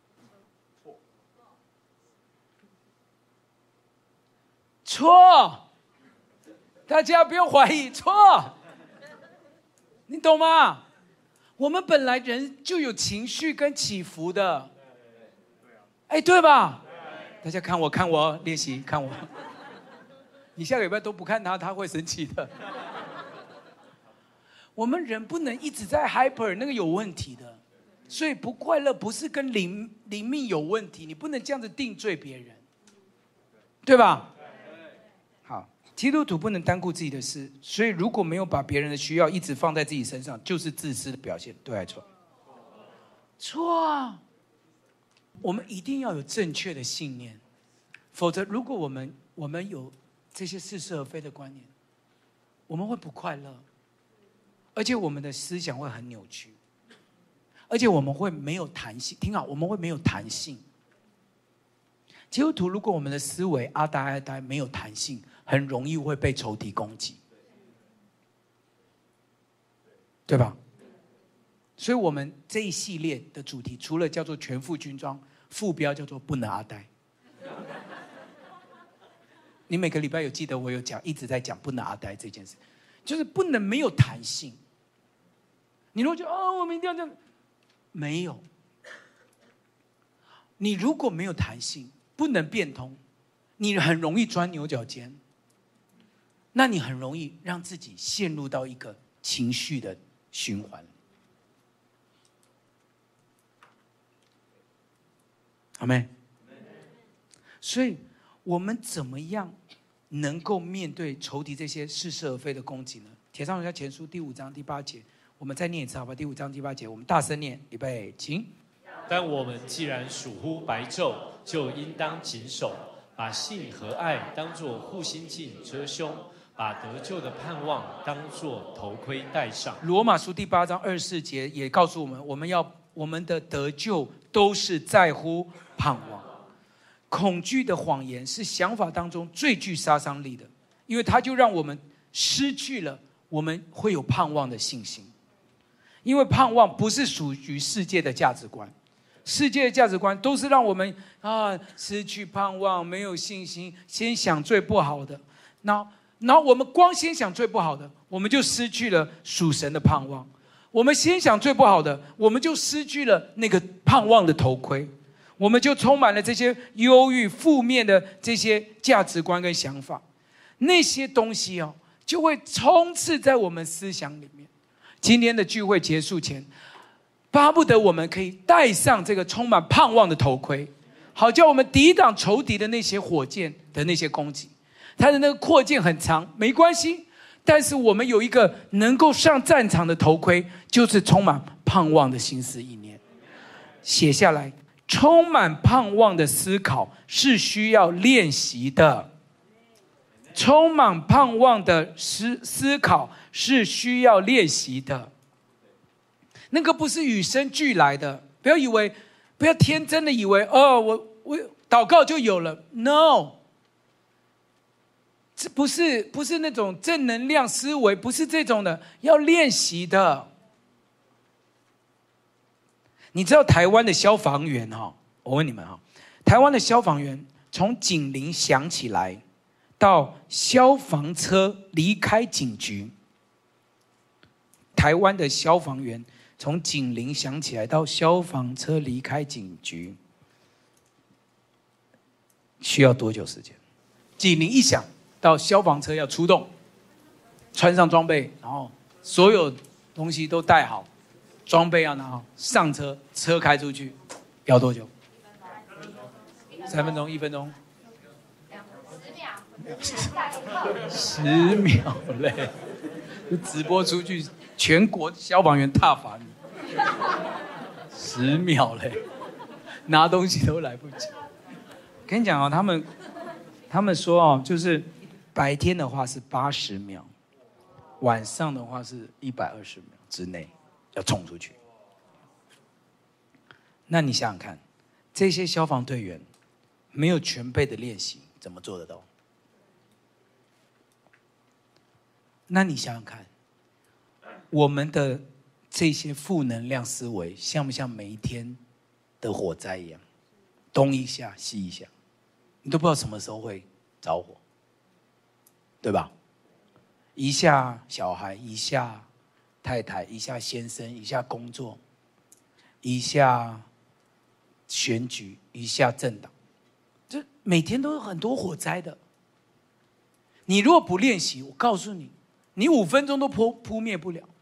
错，大家不用怀疑，错，你懂吗？我们本来人就有情绪跟起伏的，哎，对吧？大家看我练习，看我。你下个礼拜都不看他，他会生气的。我们人不能一直在 hyper， 那个有问题的。所以不快乐不是跟灵命有问题，你不能这样子定罪别人，对吧？好，基督徒不能单顾自己的事，所以如果没有把别人的需要一直放在自己身上，就是自私的表现。对还错？错啊！我们一定要有正确的信念，否则如果我们有这些似是而非的观念，我们会不快乐，而且我们的思想会很扭曲，而且我们会没有弹性。听好，我们会没有弹性。基督徒如果我们的思维阿呆没有弹性，很容易会被仇敌攻击，对吧？所以我们这一系列的主题除了叫做全副军装，副标叫做不能阿呆。你每个礼拜有记得我有讲，一直在讲不能阿呆这件事，就是不能没有弹性。你如果觉得我们一定要这样，没有。你如果没有弹性，不能变通，你很容易钻牛角尖，那你很容易让自己陷入到一个情绪的循环。阿们。所以我们怎么样能够面对仇敌这些似是而非的攻击呢？帖撒罗尼迦前书第5章第8节，我们再念一次好吧？第5章第8节，我们大声念，预备，请。 但我们既然属乎白昼，就应当谨守，把信和爱当作护心镜遮胸，把得救的盼望当作头盔戴上。 罗马书第8章24节也告诉我们，我们的得救都是在乎盼望。恐惧的谎言是想法当中最具杀伤力的，因为它就让我们失去了我们会有盼望的信心。因为盼望不是属于世界的价值观，世界的价值观都是让我们失去盼望，没有信心，先想最不好的。然后我们光先想最不好的，我们就失去了属神的盼望。我们先想最不好的，我们就失去了那个盼望的头盔，我们就充满了这些忧郁、负面的这些价值观跟想法，那些东西就会充斥在我们思想里面。今天的聚会结束前，巴不得我们可以戴上这个充满盼望的头盔，好叫我们抵挡仇敌的那些火箭的那些攻击。他的那个扩建很长，没关系，但是我们有一个能够上战场的头盔，就是充满盼望的心思意念。写下来，充满盼望的思考是需要练习的。充满盼望的思考是需要练习的。那个不是与生俱来的，不要天真的以为我祷告就有了。No， 这不是那种正能量思维，不是这种的，要练习的。你知道台湾的消防员我问你们台湾的消防员从警铃响起来到消防车离开警局，台湾的消防员从警铃响起来到消防车离开警局需要多久时间？警铃一响到消防车要出动，穿上装备，然后所有东西都带好，装备要拿好，上车，车开出去，要多久？3分钟、1分钟？10秒嘞，就直播出去，全国消防员挞伐你，10秒嘞，拿东西都来不及。跟你讲他们说就是白天的话是80秒，晚上的话是120秒之内要冲出去。那你想想看，这些消防队员没有全备的练习，怎么做得到？那你想想看，我们的这些负能量思维像不像每一天的火灾一样，东一下西一下，你都不知道什么时候会着火，对吧？一下小孩，一下太太，一下先生，一下工作，一下选举，一下政党，这每天都有很多火灾的。你如果不练习，我告诉你，你5分钟都扑灭不了，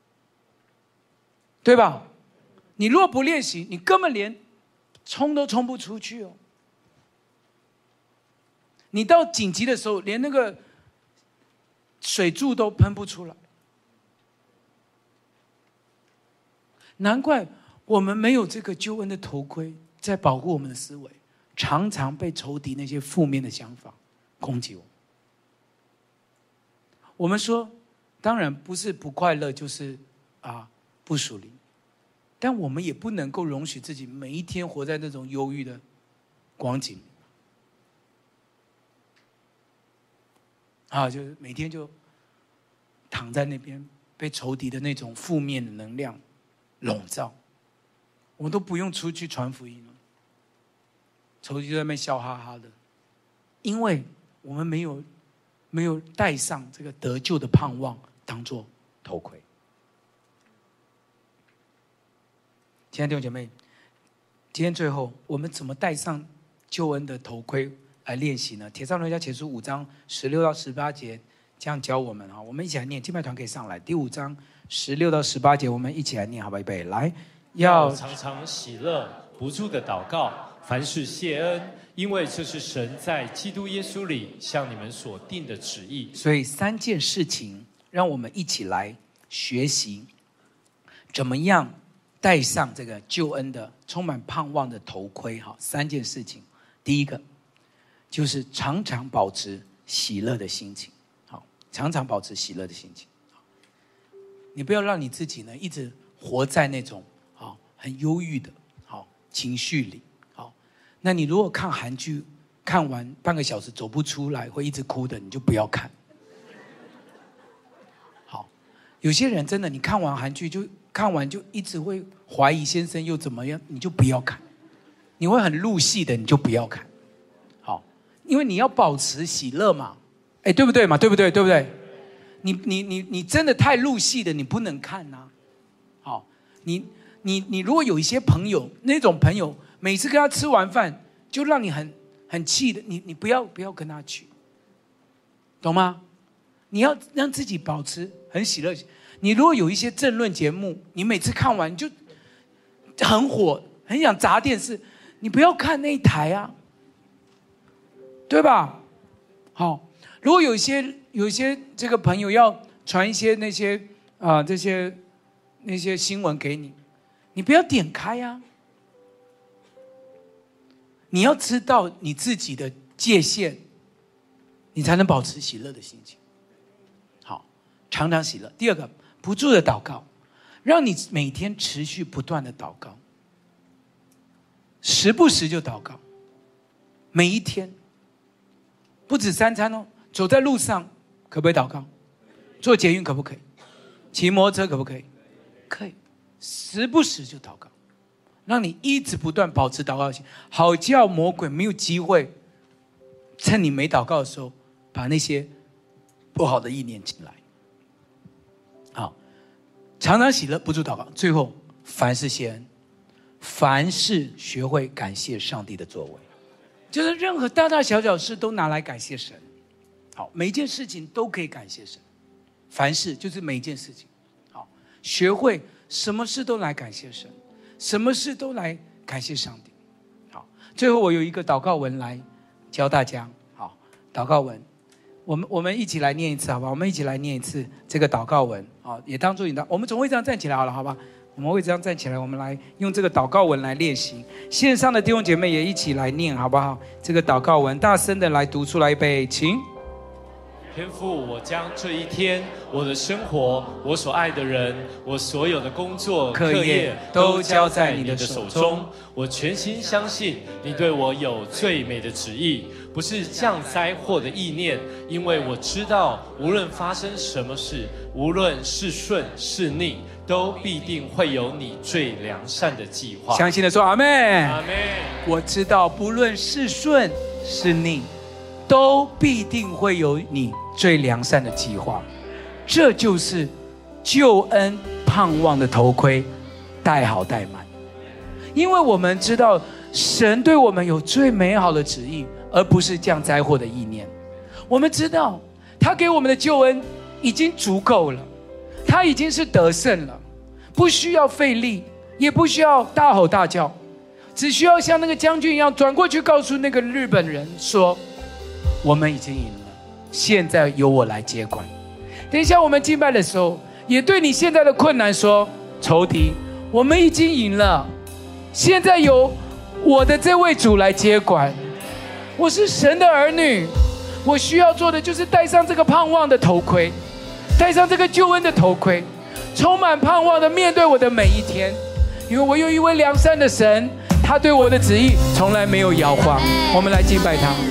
对吧？你如果不练习，你根本连冲都冲不出去哦。你到紧急的时候，连那个水柱都喷不出来。难怪我们没有这个救恩的头盔，在保护我们的思维，常常被仇敌那些负面的想法攻击我们。我们说，当然不是不快乐，就是不属灵，但我们也不能够容许自己每一天活在那种忧郁的光景就是每天就躺在那边，被仇敌的那种负面的能量笼罩，我们都不用出去传福音了，仇敌就在那边笑哈哈的，因为我们没有带上这个得救的盼望当作头盔。亲爱的弟兄姐妹，今天最后我们怎么带上救恩的头盔来练习呢？帖撒罗尼迦前书5章16到18节这样教我们我们一起来念，敬拜团可以上来。第5章16到18节，我们一起来念，好吧？预备，来， 要常常喜乐，不住的祷告， 凡事谢恩，因为这是神在基督耶稣里向你们所定的旨意。 所以3件事情，让我们一起来学习，怎么样戴上这个救恩的充满盼望的头盔。好，3件事情。第一个就是常常保持喜乐的心情。好，常常保持喜乐的心情。你不要让你自己呢一直活在那种很忧郁的情绪里。那你如果看韩剧看完半个小时走不出来会一直哭的，你就不要看。好，有些人真的你看完韩剧就一直会怀疑先生又怎么样，你就不要看。你会很入戏的，你就不要看。好，因为你要保持喜乐嘛，对不对嘛？对不对？对不对？你真的太入戏的，你不能看啊。好，你如果有一些朋友，那种朋友每次跟他吃完饭就让你很气的，你不要跟他去，懂吗？你要让自己保持很喜乐。你如果有一些政论节目，你每次看完就很火，很想砸电视，你不要看那一台啊，对吧？好，如果有一些这个朋友要传一些那些那些新闻给你，你不要点开啊。你要知道你自己的界限，你才能保持喜乐的心情。好，常常喜乐。第二个，不住的祷告，让你每天持续不断的祷告，时不时就祷告，每一天，不止3餐哦。走在路上可不可以祷告？坐捷运可不可以？骑摩托车可不可以？可以，时不时就祷告。让你一直不断保持祷告心，好叫魔鬼没有机会趁你没祷告的时候把那些不好的意念进来。好，常常喜乐，不住祷告。最后，凡事谢恩，凡事学会感谢上帝的作为，就是任何大大小小事都拿来感谢神。好，每一件事情都可以感谢神，凡事就是每一件事情。好，学会什么事都来感谢神，什么事都来感谢上帝。好，最后我有一个祷告文来教大家。好，祷告文，我们一起来念一次，好吧？我们一起来念一次这个祷告文。好，也当作你的。我们从会这样站起来好了，好吧？我们会这样站起来，我们来用这个祷告文来练习。线上的弟兄姐妹也一起来念，好不好？这个祷告文，大声的来读出来，预备，请。 天父，我将这一天，我的生活，我所爱的人，我所有的工作课业都交在你的手中。我全心相信你对我有最美的旨意，不是降灾祸的意念，因为我知道无论发生什么事，无论是顺是逆，都必定会有你最良善的计划。 相信的说阿们。 阿们。 我知道不论是顺是逆，都必定会有你最良善的计划。这就是救恩盼望的头盔，戴好戴满。因为我们知道神对我们有最美好的旨意，而不是降灾祸的意念。我们知道他给我们的救恩已经足够了，他已经是得胜了，不需要费力，也不需要大吼大叫，只需要像那个将军一样转过去告诉那个日本人说，我们已经赢了，现在由我来接管。等一下我们敬拜的时候，也对你现在的困难说，仇敌，我们已经赢了，现在由我的这位主来接管。我是神的儿女，我需要做的就是戴上这个盼望的头盔，戴上这个救恩的头盔，充满盼望的面对我的每一天。因为我有一位良善的神，他对我的旨意从来没有摇晃。我们来敬拜他。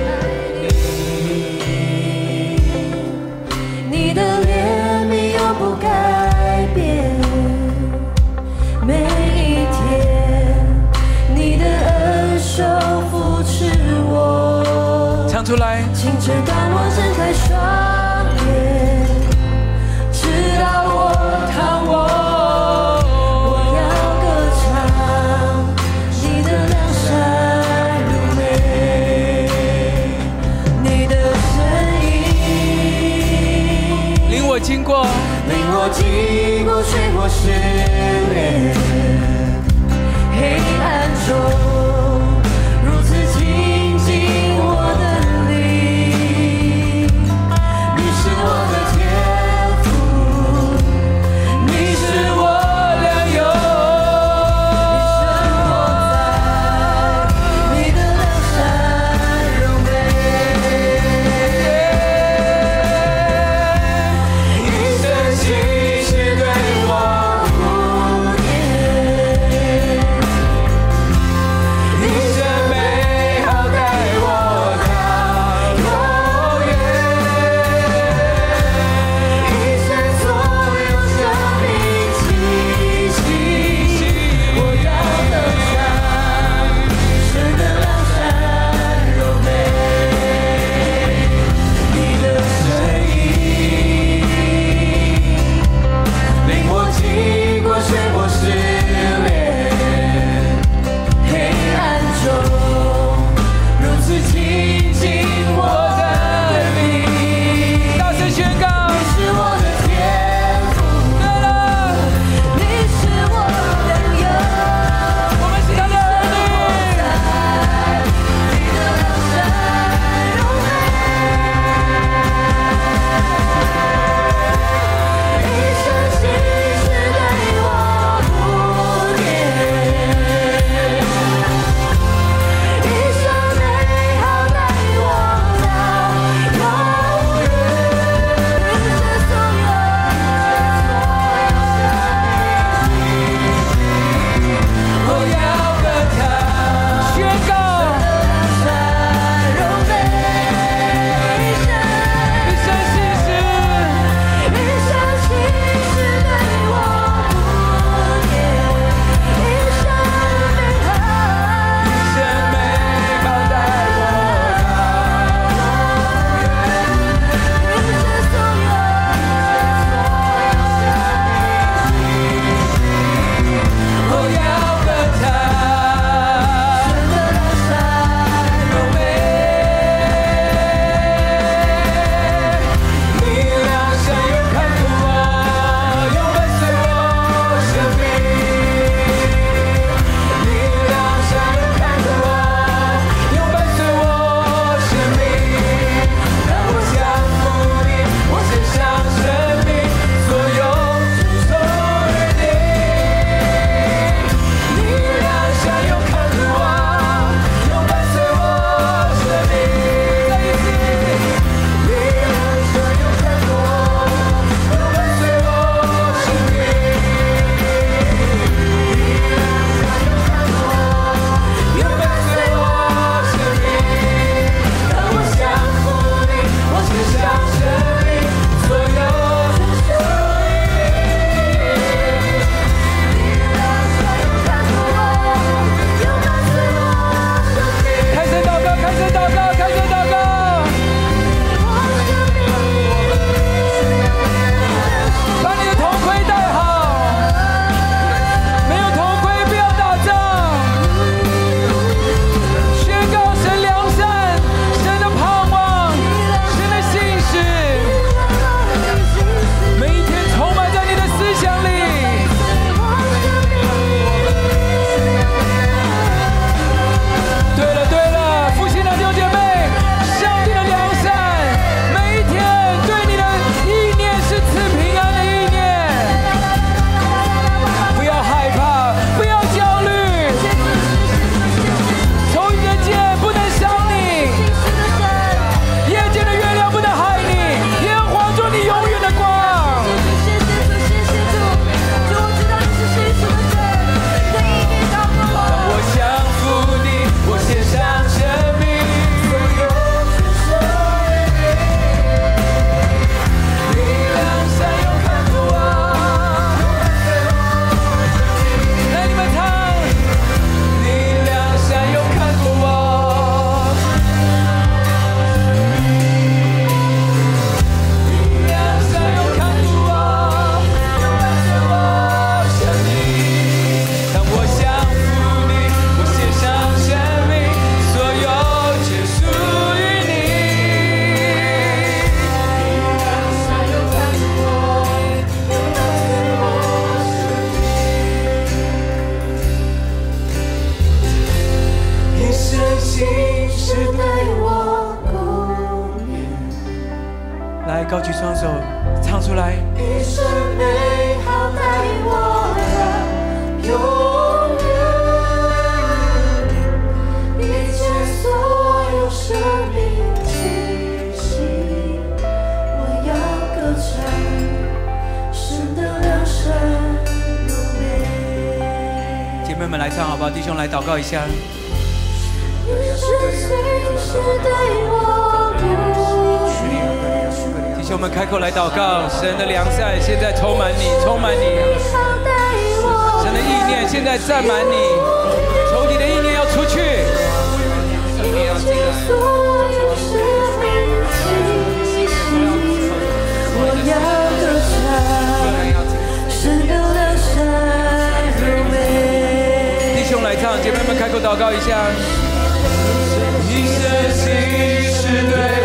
你的怜悯永不改变，每一天你的恩手扶持我。 唱出来。 清晨当我睁开双眼，直到我躺卧，我要歌唱你的良善如美，你的声音领我经过水火试炼，黑暗中来，高举双手，唱出来。 一生美好带我到永远，一切所有生命气息，我要歌唱，神的良善如美。 姐妹们来唱好不好？弟兄来祷告一下。 一生随时对我弟兄们开口来祷告，神的良善现在充满你，充满你。神的意念现在占满你，仇敌的意念要出去。 我要歌唱，神的良善如美。 弟兄来唱，姐妹们开口祷告一下。一生心是对。